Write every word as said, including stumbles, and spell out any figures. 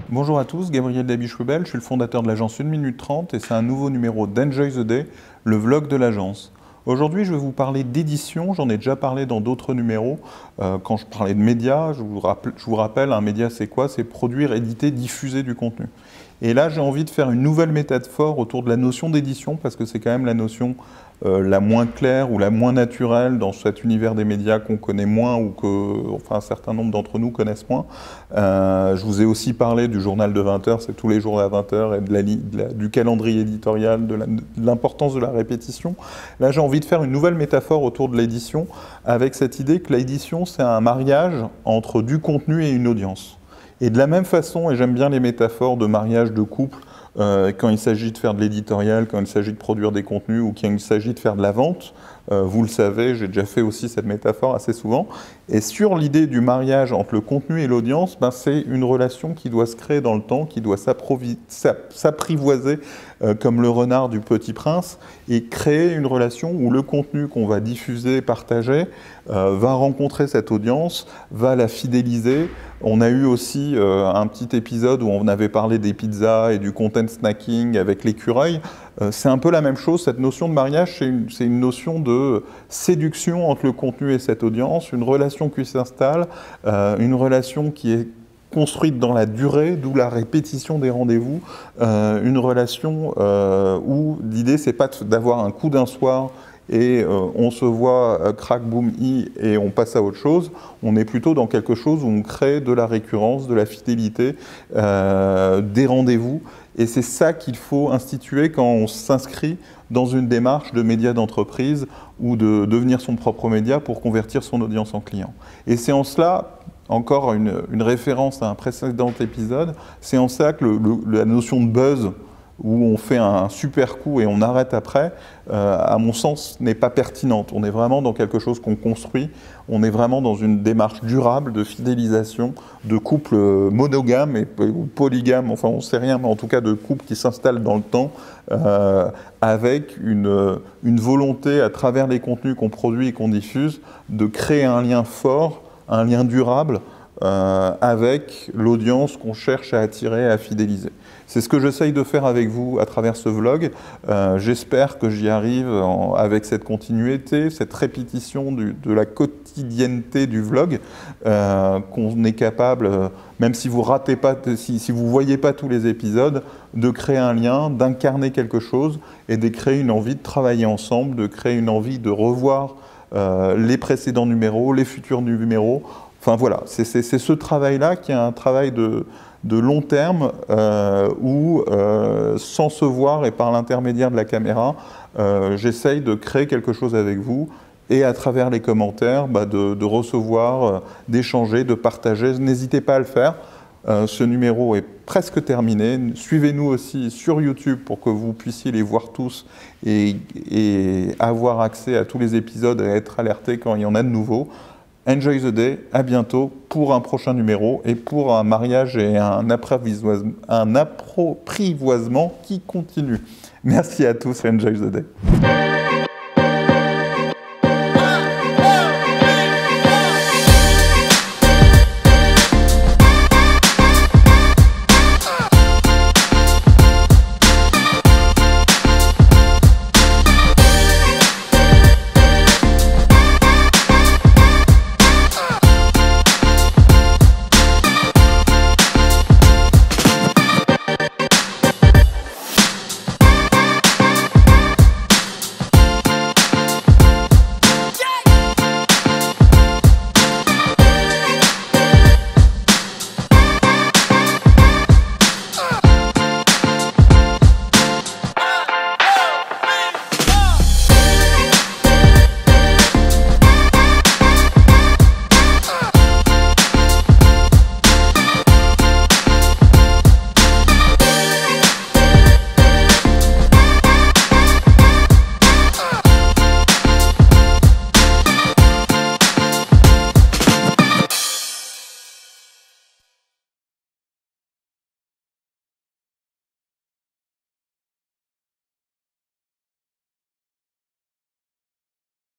Bonjour à tous, Gabriel Dabiche-Lebel, je suis le fondateur de l'agence une minute trente et c'est un nouveau numéro d'Enjoy the Day, le vlog de l'agence. Aujourd'hui, je vais vous parler d'édition, j'en ai déjà parlé dans d'autres numéros. Euh, quand je parlais de médias, je vous rappelle, je vous rappelle un média c'est quoi? C'est produire, éditer, diffuser du contenu. Et là, j'ai envie de faire une nouvelle métaphore autour de la notion d'édition parce que c'est quand même la notion euh, la moins claire ou la moins naturelle dans cet univers des médias qu'on connaît moins ou que enfin, un certain nombre d'entre nous connaissent moins. Euh, je vous ai aussi parlé du journal de vingt heures, c'est tous les jours à vingt heures, et de la, de la, du calendrier éditorial, de l'importance de la répétition. Là, j'ai envie de faire une nouvelle métaphore autour de l'édition avec cette idée que l'édition, c'est un mariage entre du contenu et une audience. Et de la même façon, et j'aime bien les métaphores de mariage de couple, euh, quand il s'agit de faire de l'éditorial, quand il s'agit de produire des contenus ou quand il s'agit de faire de la vente, euh, vous le savez, j'ai déjà fait aussi cette métaphore assez souvent. Et sur l'idée du mariage entre le contenu et l'audience, ben, c'est une relation qui doit se créer dans le temps, qui doit s'apprivoiser euh, comme le renard du Petit Prince et créer une relation où le contenu qu'on va diffuser, partager, euh, va rencontrer cette audience, va la fidéliser. On a eu aussi euh, un petit épisode où on avait parlé des pizzas et du content snacking avec l'écureuil. Euh, c'est un peu la même chose, cette notion de mariage, c'est une, c'est une notion de séduction entre le contenu et cette audience, une relation qui s'installe, euh, une relation qui est construite dans la durée, d'où la répétition des rendez-vous, euh, une relation euh, où l'idée c'est pas d'avoir un coup d'un soir et euh, on se voit euh, crack, boom, i et on passe à autre chose. On est plutôt dans quelque chose où on crée de la récurrence, de la fidélité, euh, des rendez-vous. Et c'est ça qu'il faut instituer quand on s'inscrit dans une démarche de média d'entreprise ou de devenir son propre média pour convertir son audience en client. Et c'est en cela, encore une, une référence à un précédent épisode, c'est en cela que le, le, la notion de buzz, où on fait un super coup et on arrête après, euh, à mon sens, n'est pas pertinente. On est vraiment dans quelque chose qu'on construit, on est vraiment dans une démarche durable de fidélisation, de couple monogame et, ou polygame, enfin on ne sait rien, mais en tout cas de couple qui s'installe dans le temps, euh, avec une, une volonté à travers les contenus qu'on produit et qu'on diffuse, de créer un lien fort, un lien durable, Euh, avec l'audience qu'on cherche à attirer, à fidéliser. C'est ce que j'essaye de faire avec vous à travers ce vlog. Euh, J'espère que j'y arrive en, avec cette continuité, cette répétition du, de la quotidienneté du vlog, euh, qu'on est capable, euh, même si vous ratez pas, si, si vous voyez pas tous les épisodes, de créer un lien, d'incarner quelque chose et de créer une envie de travailler ensemble, de créer une envie de revoir euh, les précédents numéros, les futurs numéros. Enfin voilà, c'est ce travail-là qui est un travail de, de long terme euh, où, euh, sans se voir et par l'intermédiaire de la caméra, euh, j'essaye de créer quelque chose avec vous et à travers les commentaires, bah, de, de recevoir, euh, d'échanger, de partager. N'hésitez pas à le faire. Euh, ce numéro est presque terminé. Suivez-nous aussi sur YouTube pour que vous puissiez les voir tous et, et avoir accès à tous les épisodes et être alerté quand il y en a de nouveaux. Enjoy the day, à bientôt pour un prochain numéro et pour un mariage et un apprivoisement, un apprivoisement qui continue. Merci à tous, enjoy the day.